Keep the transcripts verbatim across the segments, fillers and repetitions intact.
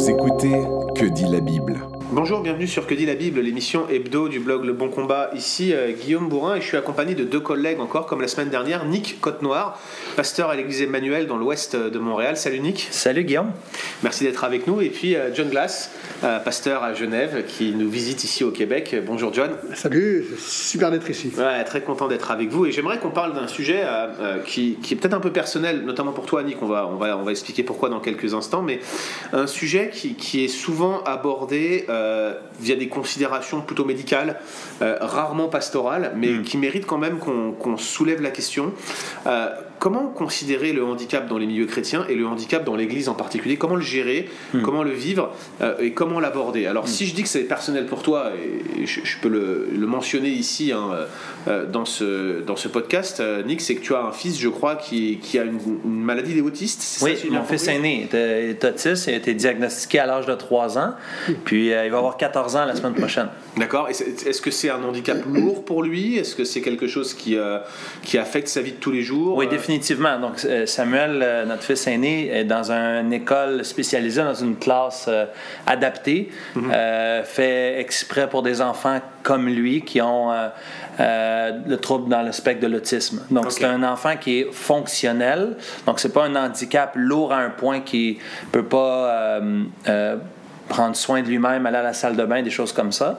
Vous écoutez Que dit la Bible ? Bonjour, bienvenue sur Que dit la Bible, l'émission hebdo du blog Le Bon Combat. Ici euh, Guillaume Bourrin et je suis accompagné de deux collègues encore, comme la semaine dernière, Nick Côte-Noire, pasteur à l'église Emmanuel dans l'ouest de Montréal. Salut Nick. Salut Guillaume. Merci d'être avec nous. Et puis euh, John Glass, euh, pasteur à Genève, qui nous visite ici au Québec. Bonjour John. Salut, super d'être ici. Ouais, très content d'être avec vous. Et j'aimerais qu'on parle d'un sujet euh, euh, qui, qui est peut-être un peu personnel, notamment pour toi Nick. On va, on va, on va expliquer pourquoi dans quelques instants. Mais un sujet qui, qui est souvent abordé euh, via des considérations plutôt médicales, euh, rarement pastorales, mais mmh. qui mérite quand même qu'on, qu'on soulève la question. Euh, comment considérer le handicap dans les milieux chrétiens et le handicap dans l'Église en particulier ? Comment le gérer ? mmh. Comment le vivre ? euh, Et comment l'aborder ? Alors, mmh. si je dis que c'est personnel pour toi, et je, je peux le, le mentionner ici hein, euh, dans, ce, dans ce podcast, euh, Nick, c'est que tu as un fils, je crois, qui, qui a une, une maladie autiste. C'est oui, ça, mon fils aîné est autiste, il a été diagnostiqué à l'âge de trois ans, mmh. puis euh, il va avoir quatorze ans la semaine prochaine. D'accord. Et est-ce que c'est un handicap lourd pour lui ? Est-ce que c'est quelque chose qui, euh, qui affecte sa vie de tous les jours ? Oui, définitivement. Donc, Samuel, notre fils aîné, est dans une école spécialisée, dans une classe euh, adaptée, mm-hmm. euh, fait exprès pour des enfants comme lui qui ont euh, euh, le trouble dans le spectre de l'autisme. Donc, okay. c'est un enfant qui est fonctionnel. Donc, c'est pas un handicap lourd à un point qui peut pas euh, euh, prendre soin de lui-même, aller à la salle de bain, des choses comme ça.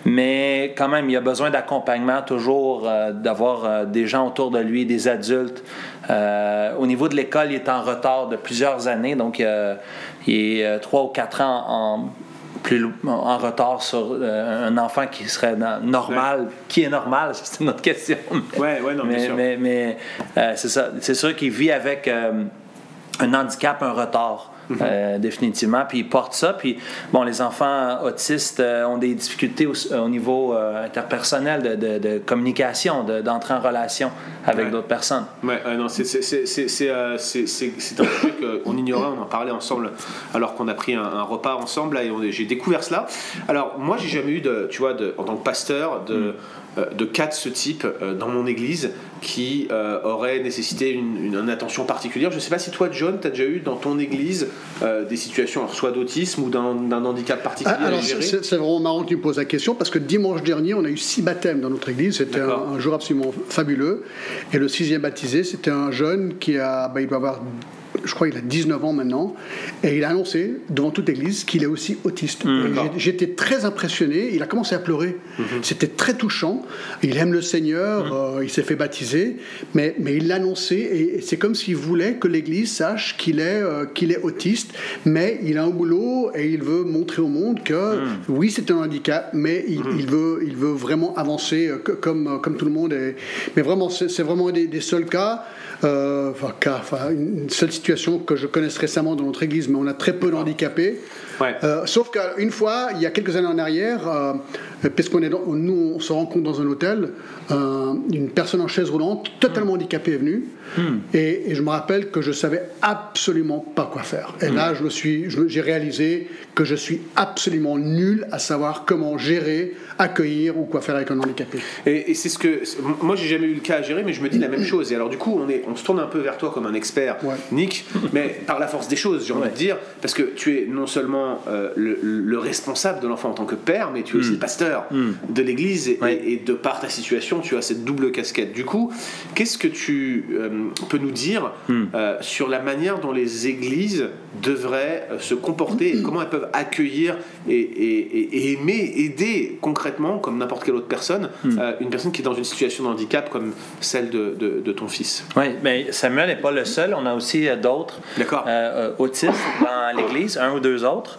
Mais quand même, il a besoin d'accompagnement, toujours euh, d'avoir euh, des gens autour de lui, des adultes. Euh, au niveau de l'école, il est en retard de plusieurs années, donc euh, il est euh, trois ou quatre ans en, plus, en retard sur euh, un enfant qui serait normal. Ouais. Qui est normal, c'est une autre question. Oui, ouais, non, mais, bien sûr. Mais, mais euh, c'est ça. C'est sûr qu'il vit avec euh, un handicap, un retard. Mm-hmm. Euh, définitivement, puis ils portent ça, puis bon, les enfants autistes euh, ont des difficultés au, au niveau euh, interpersonnel de, de, de communication, de, d'entrer en relation avec ouais. d'autres personnes. Oui, euh, non, c'est, c'est, c'est, c'est, c'est, euh, c'est, c'est, c'est un truc qu'on ignorait, on en parlait ensemble alors qu'on a pris un, un repas ensemble, là, et on, j'ai découvert cela. Alors, moi, j'ai jamais eu, de, tu vois, de, en tant que pasteur, de... Mm. de cas de ce type euh, dans mon église qui euh, aurait nécessité une, une, une attention particulière. Je ne sais pas si toi, John, tu as déjà eu dans ton église euh, des situations, alors, soit d'autisme ou d'un, d'un handicap particulier ah, alors, à gérer. c'est, c'est vraiment marrant que tu me poses la question parce que dimanche dernier, on a eu six baptêmes dans notre église. C'était un, un jour absolument fabuleux. Et le sixième baptisé, c'était un jeune qui a, ben, il doit avoir... je crois qu'il a dix-neuf ans maintenant, et il a annoncé devant toute l'église qu'il est aussi autiste. Mmh, j'étais très impressionné, il a commencé à pleurer, mmh. c'était très touchant, il aime le Seigneur, mmh. euh, il s'est fait baptiser, mais, mais il l'a annoncé, et c'est comme s'il voulait que l'église sache qu'il est, euh, qu'il est autiste, mais il a un boulot, et il veut montrer au monde que, mmh. oui, c'est un handicap, mais il, mmh. il, veut, il veut vraiment avancer euh, comme, comme tout le monde, et, mais vraiment, c'est, c'est vraiment des, des seuls cas, euh, enfin, cas, enfin, une seule situation que je connaisse récemment dans notre église, mais on a très peu d'handicapés. Ouais. Euh, sauf qu'une fois, il y a quelques années en arrière, euh, parce qu'on est dans, nous, on se rencontre dans un hôtel, euh, une personne en chaise roulante, totalement mmh. handicapée, est venue, mmh. et, et je me rappelle que je savais absolument pas quoi faire. Et mmh. là, je me suis, je, j'ai réalisé que je suis absolument nul à savoir comment gérer, accueillir ou quoi faire avec un handicapé. Et, et c'est ce que, moi, j'ai jamais eu le cas à gérer, mais je me dis la même chose. Et alors, du coup, on est, on se tourne un peu vers toi comme un expert, ouais. Nick, mais par la force des choses, j'ai envie ouais. de dire, parce que tu es non seulement Euh, le, le responsable de l'enfant en tant que père, mais tu es mmh. aussi le pasteur mmh. de l'église et, ouais. et, et de par ta situation, tu as cette double casquette. Du coup, qu'est-ce que tu euh, peux nous dire mmh. euh, sur la manière dont les églises devraient euh, se comporter et comment elles peuvent accueillir et, et, et aimer, aider concrètement, comme n'importe quelle autre personne, mmh. euh, une personne qui est dans une situation de handicap comme celle de, de, de ton fils? Oui, mais Samuel n'est pas le seul. On a aussi euh, d'autres euh, autistes dans l'église, un ou deux autres.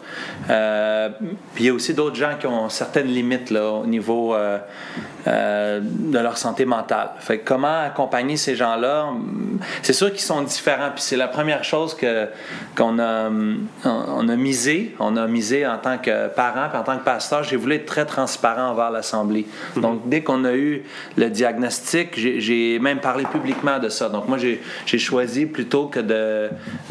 Euh, puis il y a aussi d'autres gens qui ont certaines limites là, au niveau euh, euh, de leur santé mentale. Fait que comment accompagner ces gens-là? C'est sûr qu'ils sont différents. Puis c'est la première chose que, qu'on a, on a misé. On a misé en tant que parent, puis en tant que pasteur. J'ai voulu être très transparent envers l'Assemblée. Mm-hmm. Donc dès qu'on a eu le diagnostic, j'ai, j'ai même parlé publiquement de ça. Donc moi, j'ai, j'ai choisi plutôt que de...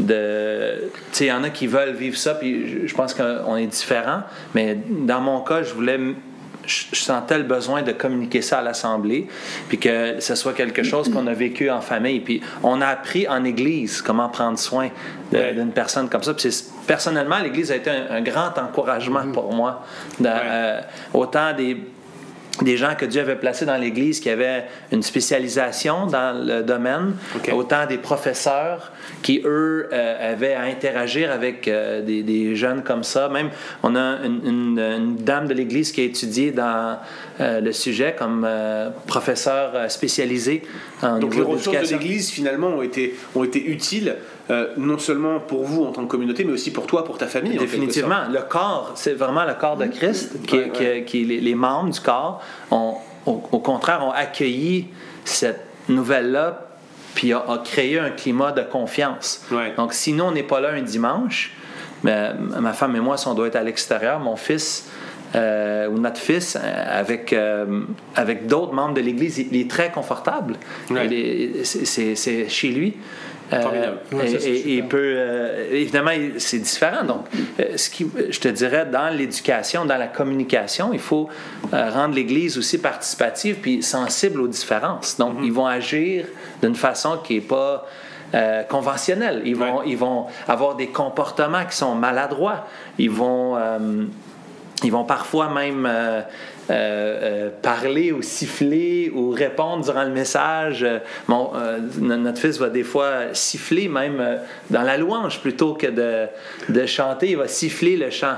de tu sais, il y en a qui veulent vivre ça, puis je pense qu'on est différents, mais dans mon cas, je voulais je, je sentais le besoin de communiquer ça à l'Assemblée, puis que ce soit quelque chose qu'on a vécu en famille. Puis on a appris en Église comment prendre soin de, ouais. d'une personne comme ça. Puis c'est, personnellement, l'Église a été un, un grand encouragement mm-hmm. pour moi. De, ouais. euh, autant des... des gens que Dieu avait placés dans l'Église qui avaient une spécialisation dans le domaine, okay. autant des professeurs qui, eux, euh, avaient à interagir avec euh, des, des jeunes comme ça. Même, on a une, une, une dame de l'Église qui a étudié dans euh, le sujet comme euh, professeur spécialisé en Donc les ressources de l'Église, finalement, ont été, ont été utiles Euh, non seulement pour vous en tant que communauté, mais aussi pour toi, pour ta famille. Définitivement. Le corps, c'est vraiment le corps de Christ, qui, ouais, ouais. qui, qui les, les membres du corps, ont, au, au contraire, ont accueilli cette nouvelle-là, puis ont, ont créé un climat de confiance. Ouais. Donc, si nous, on n'est pas là un dimanche, mais, ma femme et moi, si on doit être à l'extérieur, mon fils... Euh, ou notre fils, avec, euh, avec d'autres membres de l'Église, il, il est très confortable. Ouais. Il est, c'est, c'est, c'est chez lui. Euh, ouais, et, ça, et, et peut, euh, évidemment, c'est différent. Donc, euh, ce qui, je te dirais, dans l'éducation, dans la communication, il faut euh, rendre l'Église aussi participative puis sensible aux différences. Donc, mm-hmm. ils vont agir d'une façon qui n'est pas euh, conventionnelle. Ils vont, ouais. ils vont avoir des comportements qui sont maladroits. Ils vont... Euh, Ils vont parfois même euh, euh, euh, parler ou siffler ou répondre durant le message. Bon, euh, notre fils va des fois siffler même euh, dans la louange plutôt que de, de chanter. Il va siffler le chant.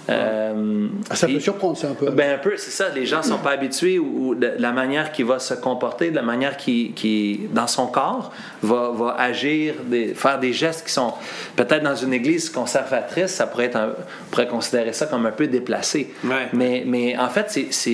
Euh, ça peut et, surprendre, ça, un peu. Ben, un peu, c'est ça. Les gens ne sont pas habitués ou, ou de la manière qu'il va se comporter, de la manière qu'il, qu'il dans son corps, va, va agir, des, faire des gestes qui sont peut-être dans une église conservatrice, ça pourrait être un, on pourrait considérer ça comme un peu déplacé. Ouais. Mais, mais en fait, c'est, c'est,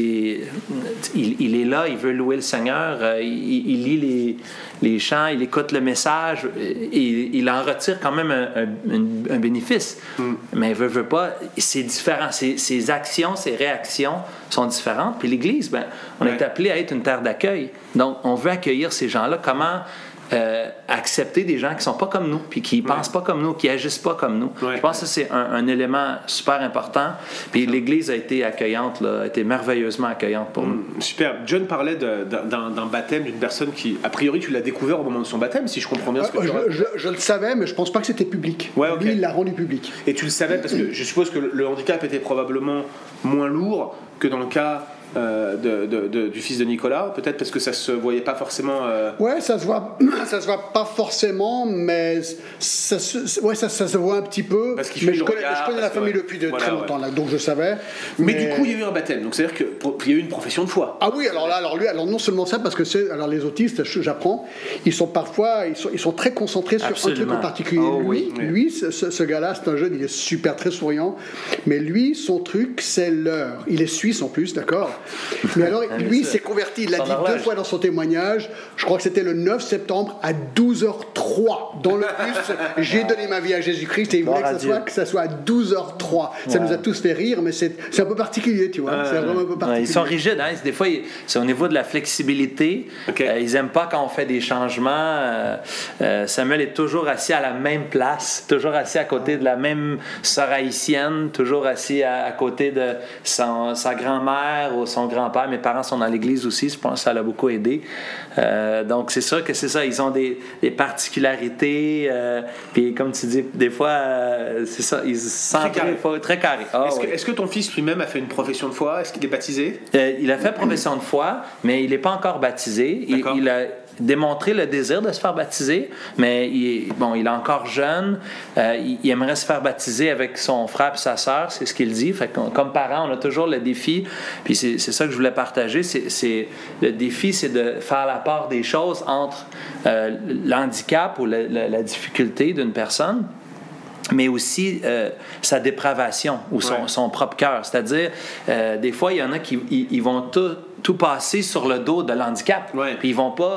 il, il est là, il veut louer le Seigneur, euh, il, il lit les, les chants, il écoute le message, et il en retire quand même un, un, un bénéfice. Mm. Mais il veut, veut pas, c'est différent. Ses, ses actions, ses réactions sont différentes. Puis l'Église, ben, on ouais. est appelé à être une terre d'accueil. Donc, on veut accueillir ces gens-là. Comment euh, accepter des gens qui ne sont pas comme nous, puis qui ne ouais. pensent pas comme nous, qui n'agissent pas comme nous. Ouais. Je pense que c'est un, un élément super important. Puis l'Église a été accueillante, là, a été merveilleusement accueillante pour mmh, nous. Super. John parlait de, d'un, d'un baptême d'une personne qui, a priori, tu l'as découvert au moment de son baptême, si je comprends bien ce que euh, tu je, je, je le savais, mais je ne pense pas que c'était public. Ouais, okay. Lui, il l'a rendu public. Et tu le savais parce que je suppose que le handicap était probablement moins lourd que dans le cas... Euh, de, de, de, du fils de Nicolas, peut-être parce que ça se voyait pas forcément. Euh... Ouais, ça se voit, ça se voit pas forcément, mais ça se, ouais, ça, ça se voit un petit peu. Parce qu'il mais je connais, regard, je connais la famille que, depuis de voilà, très longtemps, ouais. là, donc je savais. Mais... mais du coup, il y a eu un baptême, donc c'est-à-dire qu'il y a eu une profession de foi. Ah oui, alors là, alors lui, alors non seulement ça, parce que c'est, alors les autistes, j'apprends, ils sont parfois, ils sont, ils sont très concentrés sur Absolument. un truc en particulier. Oh, lui, oui. lui, ce, ce gars-là, c'est un jeune, il est super, très souriant, mais lui, son truc, c'est l'heure. Il est suisse en plus, d'accord. Mais alors, lui, s'est converti, il l'a dit deux fois dans son témoignage, je crois que c'était le neuf septembre à douze heures trois dans le bus, j'ai donné ma vie à Jésus-Christ et il voulait que ça, soit, que ça soit à douze heures trois. Ça ouais. nous a tous fait rire, mais c'est, c'est un peu particulier, tu vois. Euh, c'est vraiment un peu particulier. Ils sont rigides, hein? Des fois, c'est au niveau de la flexibilité. Okay. Euh, ils n'aiment pas quand on fait des changements. Euh, euh, Samuel est toujours assis à la même place, toujours assis à côté de la même sœur haïtienne, toujours assis à, à côté de son, sa grand-mère ou son grand-père. Mes parents sont dans l'église aussi, je pense que ça l'a beaucoup aidé. Euh, donc, c'est sûr que c'est ça, ils ont des, des particularités, euh, puis comme tu dis, des fois, euh, c'est ça, ils se sentent très carré. Très carré. Oh, est-ce, oui. que, est-ce que ton fils lui-même a fait une profession de foi? Est-ce qu'il est baptisé? Euh, il a fait profession de foi, mais il n'est pas encore baptisé. Il, il a démontré le désir de se faire baptiser, mais il, bon, il est encore jeune. Euh, il, il aimerait se faire baptiser avec son frère et sa sœur, c'est ce qu'il dit. Fait que, comme parents, on a toujours le défi, puis c'est, c'est ça que je voulais partager, c'est, c'est, le défi, c'est de faire la part des choses entre euh, l'handicap ou la, la, la difficulté d'une personne, mais aussi euh, sa dépravation ou son, ouais. son propre cœur. C'est-à-dire, euh, des fois, il y en a qui ils, ils vont tout, tout passer sur le dos de l'handicap. Ouais. Puis ils vont pas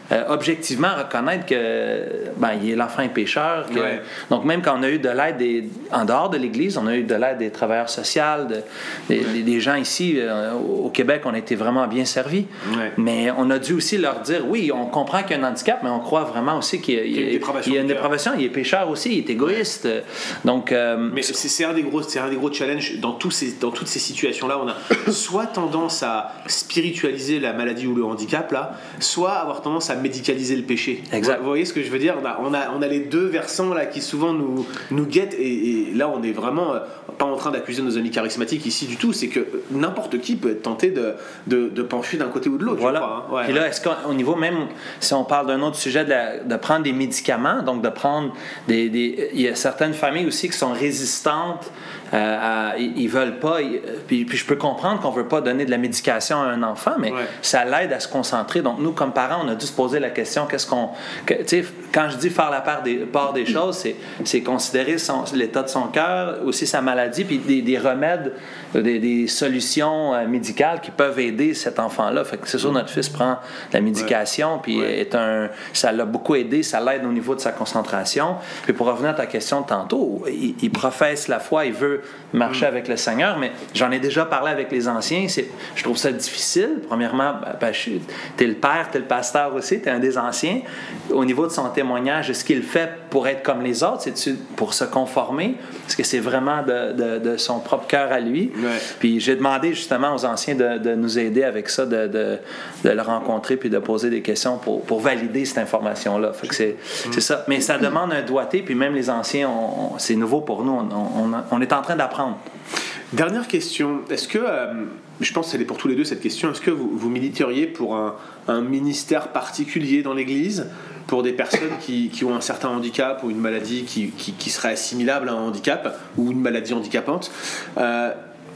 euh, objectivement reconnaître que ben, il est l'enfant est pécheur. Que, ouais. Donc, même quand on a eu de l'aide des, en dehors de l'Église, on a eu de l'aide des travailleurs sociaux, de, des, ouais. des gens ici, euh, au Québec, on a été vraiment bien servis. Ouais. Mais on a dû aussi leur dire, oui, on comprend qu'il y a un handicap, mais on croit vraiment aussi qu'il y a, il y a, il y a, il y a une dépravation. Il est pécheur aussi, il est égoïste. Ouais. Donc, euh, mais c'est, c'est, un des gros, c'est un des gros challenges dans, tous ces, dans toutes ces situations-là. On a soit tendance à spiritualiser la maladie ou le handicap, là, soit avoir tendance à médicaliser le péché. Exact. Vous voyez ce que je veux dire? On a, on a, on a les deux versants là, qui souvent nous, nous guettent, et, et là, on est vraiment euh, pas en train d'accuser nos amis charismatiques ici du tout. C'est que n'importe qui peut être tenté de, de, de pencher d'un côté ou de l'autre. Voilà. Je crois, hein. Ouais. Puis là, est-ce qu'au niveau même, si on parle d'un autre sujet, de, la, de prendre des médicaments, donc de prendre des, des... Il y a certaines familles aussi qui sont résistantes, euh, à, ils, ils veulent pas... Ils, puis, puis je peux comprendre qu'on veut pas donner de la médication à un enfant, mais ouais. ça l'aide à se concentrer. Donc nous, comme parents, on a dû se poser la question, qu'est-ce qu'on... Que, tu sais, quand je dis faire la part des, part des choses, c'est, c'est considérer son, l'état de son cœur, aussi sa maladie, puis des, des remèdes, des, des solutions euh, médicales qui peuvent aider cet enfant-là. Fait que c'est sûr, notre fils prend la médication, ouais. puis ouais. est un, ça l'a beaucoup aidé, ça l'aide au niveau de sa concentration. Puis pour revenir à ta question de tantôt, il, il professe la foi, il veut marcher mm. avec le Seigneur, mais j'en ai déjà parlé avec les anciens, c'est, je trouve ça difficile. Premièrement, ben, tu es le père, tu es le pasteur aussi, tu es un des anciens. Au niveau de son témoignage, est-ce qu'il fait pour être comme les autres? C'est-tu pour se conformer? Est-ce que c'est vraiment de, de, de son propre cœur à lui? Ouais. Puis j'ai demandé justement aux anciens de, de nous aider avec ça, de, de, de le rencontrer puis de poser des questions pour, pour valider cette information-là. Fait que c'est, mm. c'est ça. Mais ça demande un doigté, puis même les anciens, on, on, c'est nouveau pour nous. On, on, on est en train d'apprendre. Dernière question. Est-ce que, euh, je pense qu'elle est pour tous les deux cette question, est-ce que vous, vous militeriez pour un, un ministère particulier dans l'Église pour des personnes qui, qui ont un certain handicap ou une maladie qui, qui, qui serait assimilable à un handicap ou une maladie handicapante, euh,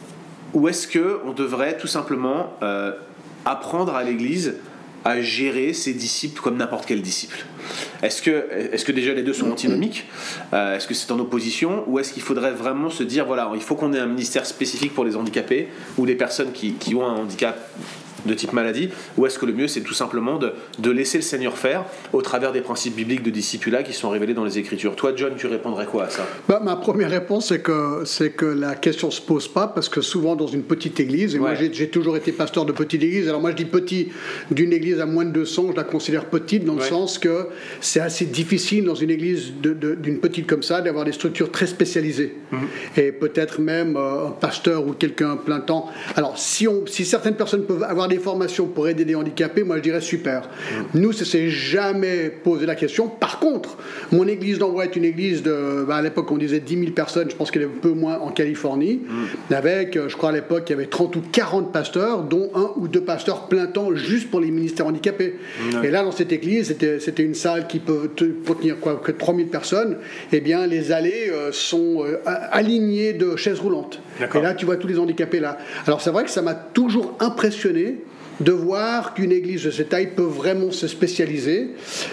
ou est-ce qu'on devrait tout simplement euh, apprendre à l'Église à gérer ses disciples comme n'importe quel disciple? Est-ce que, est-ce que déjà les deux sont antinomiques? euh, Est-ce que c'est en opposition? Ou est-ce qu'il faudrait vraiment se dire, voilà, il faut qu'on ait un ministère spécifique pour les handicapés ou les personnes qui, qui ont un handicap de type maladie? Ou est-ce que le mieux, c'est tout simplement de, de laisser le Seigneur faire au travers des principes bibliques de discipulat qui sont révélés dans les Écritures? Toi, John, tu répondrais quoi à ça? Bah, ma première réponse, c'est que, c'est que la question ne se pose pas, parce que souvent dans une petite église, et ouais. moi j'ai, j'ai toujours été pasteur de petite église, alors moi je dis petit, d'une église à moins de deux cents, je la considère petite dans le ouais. sens que c'est assez difficile dans une église de, de, d'une petite comme ça d'avoir des structures très spécialisées. Mm-hmm. Et peut-être même euh, un pasteur ou quelqu'un plein temps. Alors si, on, si certaines personnes peuvent avoir des formations pour aider les handicapés, moi je dirais super. Mmh. Nous, ça s'est jamais posé la question. Par contre, mon église d'Envoi est une église de, bah à l'époque on disait dix mille personnes, je pense qu'elle est un peu moins en Californie, mmh. avec, je crois à l'époque, il y avait trente ou quarante pasteurs, dont un ou deux pasteurs plein temps juste pour les ministères handicapés. Mmh. Et là, dans cette église, c'était, c'était une salle qui peut contenir quoi, que trois mille personnes, et eh bien les allées euh, sont euh, alignées de chaises roulantes. D'accord. Et là, tu vois tous les handicapés là. Alors c'est vrai que ça m'a toujours impressionné de voir qu'une église de cette taille peut vraiment se spécialiser.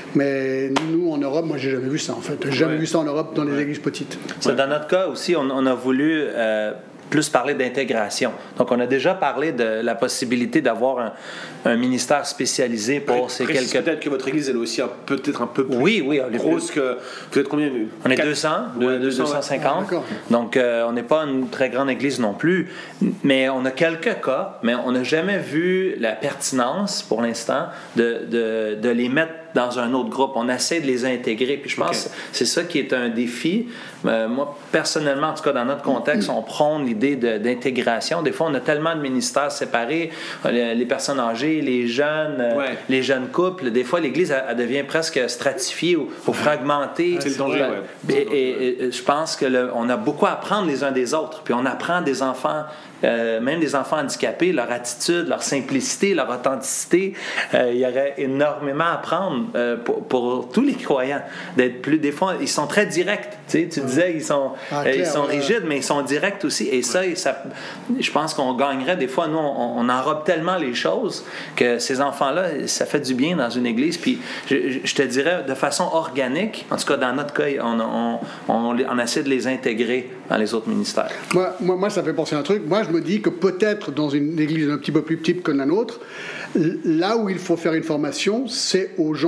Mais nous, en Europe, moi, j'ai jamais vu ça, en fait. J'ai jamais ouais. vu ça en Europe dans les ouais. églises petites. Ça, ouais. Dans notre cas aussi, on, on a voulu... Euh, plus parler d'intégration. Donc, on a déjà parlé de la possibilité d'avoir un, un ministère spécialisé pour oui, ces quelques... Peut-être que votre église, elle est aussi un, peut-être un peu plus oui, oui, grosse que... Vous êtes combien? On est quatre... deux cents, ouais, deux cent cinquante. Ouais, donc, euh, on n'est pas une très grande église non plus. Mais on a quelques cas, mais on n'a jamais vu la pertinence, pour l'instant, de, de, de les mettre dans un autre groupe. On essaie de les intégrer. Puis je pense okay. que c'est ça qui est un défi. Euh, moi, personnellement, en tout cas, dans notre contexte, on prône l'idée de, d'intégration. Des fois, on a tellement de ministères séparés. Les, les personnes âgées, les jeunes, ouais. les jeunes couples. Des fois, l'Église, elle, elle devient presque stratifiée ou, ou fragmentée. C'est le danger, ouais. Et, et, et je pense qu'on a beaucoup à apprendre les uns des autres. Puis on apprend des enfants... Euh, même des enfants handicapés, leur attitude, leur simplicité, leur authenticité, euh, il y aurait énormément à apprendre euh, pour, pour tous les croyants. D'être plus, des fois, ils sont très directs. Tu sais, tu disais, ils sont, ah, clair, euh, ils sont ouais. rigides, mais ils sont directs aussi. Et ça, ouais. ça, je pense qu'on gagnerait. Des fois, nous, on, on enrobe tellement les choses que ces enfants-là, ça fait du bien dans une église. Puis, je, je te dirais, de façon organique, en tout cas, dans notre cas, on, on, on, on essaie de les intégrer dans les autres ministères. Moi, moi, moi ça fait penser à un truc. Moi, je me dis que peut-être dans une église un petit peu plus petite que la nôtre, là où il faut faire une formation, c'est aux gens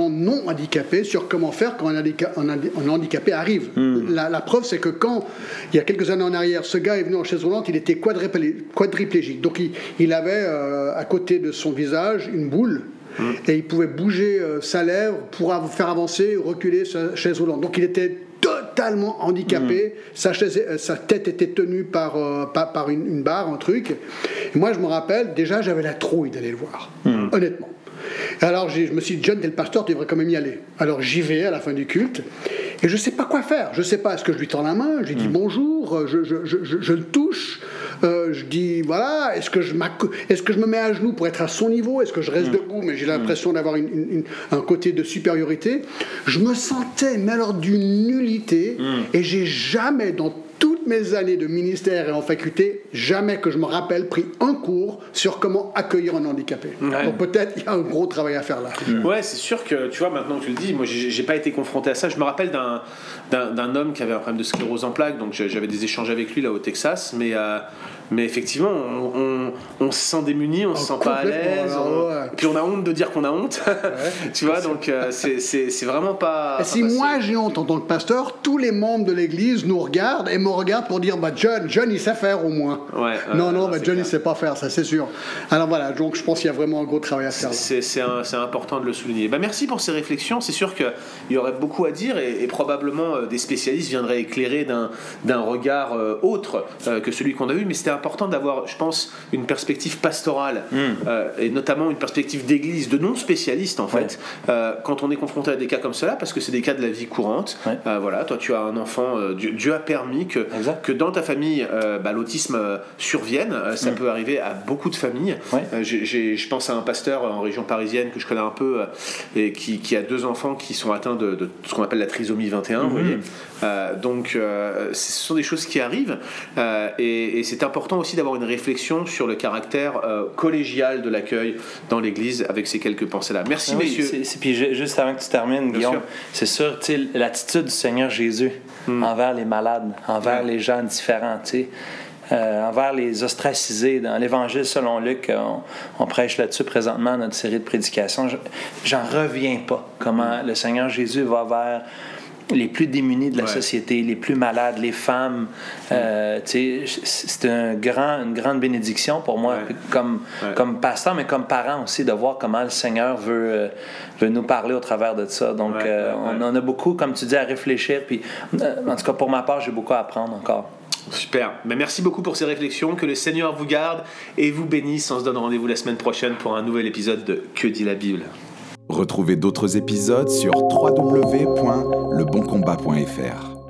gens non handicapés sur comment faire quand un, handica- un, handi- un handicapé arrive. Mm. La, la preuve, c'est que quand, il y a quelques années en arrière, ce gars est venu en chaise roulante, il était quadriplé- quadriplégique. Donc il, il avait euh, à côté de son visage une boule. Mmh. Et il pouvait bouger euh, sa lèvre pour av- faire avancer ou reculer sa chaise roulante. Donc il était totalement handicapé. Mmh. Sa, chaise, euh, sa tête était tenue par, euh, par, par une, une barre, un truc. Et moi, je me rappelle, déjà, j'avais la trouille d'aller le voir, mmh. honnêtement. Alors je me suis dit, John, t'es le pasteur, tu devrais quand même y aller. Alors j'y vais à la fin du culte. Et je ne sais pas quoi faire. Je ne sais pas, est-ce que je lui tends la main, je lui dis mmh. bonjour, je, je, je, je, je le touche, euh, je dis voilà, est-ce que, je est-ce que je me mets à genoux pour être à son niveau, est-ce que je reste mmh. debout, mais j'ai l'impression d'avoir une, une, une, un côté de supériorité. Je me sentais, mais alors d'une nullité, mmh. et j'ai jamais, dans toutes mes années de ministère et en faculté, jamais que je me rappelle pris un cours sur comment accueillir un handicapé. Ouais. Donc peut-être il y a un gros travail à faire là. Mmh. Ouais, c'est sûr que, tu vois, maintenant que tu le dis, moi j'ai, j'ai pas été confronté à ça. Je me rappelle d'un, d'un, d'un homme qui avait un problème de sclérose en plaques, donc j'avais des échanges avec lui là au Texas, mais, euh, mais effectivement, on, on, on se sent démuni, on oh, se sent pas à l'aise, on, ouais. puis on a honte de dire qu'on a honte, ouais, tu vois, donc euh, c'est, c'est, c'est vraiment pas... Et si moi j'ai honte en tant que pasteur, tous les membres de l'église nous regardent et me regardent pour dire, bah John, John il sait faire au moins. Ouais, euh, non, non, bah, John clair. il sait pas faire, ça c'est sûr. Alors voilà, donc je pense qu'il y a vraiment un gros travail à faire. C'est, c'est, un, c'est important de le souligner. Bah, merci pour ces réflexions, c'est sûr qu'il y aurait beaucoup à dire et, et probablement euh, des spécialistes viendraient éclairer d'un, d'un regard euh, autre euh, que celui qu'on a eu, mais c'était important d'avoir, je pense, une perspective pastorale mm. euh, et notamment une perspective d'église, de non-spécialistes en fait, ouais. euh, quand on est confronté à des cas comme cela, parce que c'est des cas de la vie courante. Ouais. Euh, voilà, toi tu as un enfant, euh, Dieu, Dieu a permis que, que dans ta famille, euh, bah, l'autisme euh, survienne, euh, ça mm. peut arriver à beaucoup de familles. Ouais. Euh, j'ai, j'ai, je pense à un pasteur en région parisienne que je connais un peu euh, et qui, qui a deux enfants qui sont atteints de, de ce qu'on appelle la trisomie vingt et un, mm. vous voyez. Euh, donc euh, ce sont des choses qui arrivent euh, et, et c'est important aussi d'avoir une réflexion sur le caractère euh, collégial de l'accueil dans l'église avec ces quelques pensées-là. Merci, oui, messieurs. C'est, c'est, puis juste avant que tu termines, Bien Guillaume, sûr. c'est sûr, tu sais, l'attitude du Seigneur Jésus mm. envers les malades, envers mm. les gens différents, tu sais. Euh, envers les ostracisés. Dans l'Évangile selon Luc, on, on prêche là-dessus présentement notre série de prédications. Je, j'en reviens pas comment mm. le Seigneur Jésus va vers les plus démunis de la ouais. société, les plus malades, les femmes. Euh, tu sais, c'est un grand, une grande bénédiction pour moi, ouais. comme, ouais. comme pasteur, mais comme parent aussi, de voir comment le Seigneur veut, euh, veut nous parler au travers de ça. Donc, ouais, euh, ouais, on, ouais. on a beaucoup, comme tu dis, à réfléchir. Puis, euh, en tout cas, pour ma part, j'ai beaucoup à apprendre encore. Super. Mais merci beaucoup pour ces réflexions. Que le Seigneur vous garde et vous bénisse. On se donne rendez-vous la semaine prochaine pour un nouvel épisode de Que dit la Bible. Retrouvez d'autres épisodes sur w w w point le bon combat point f r.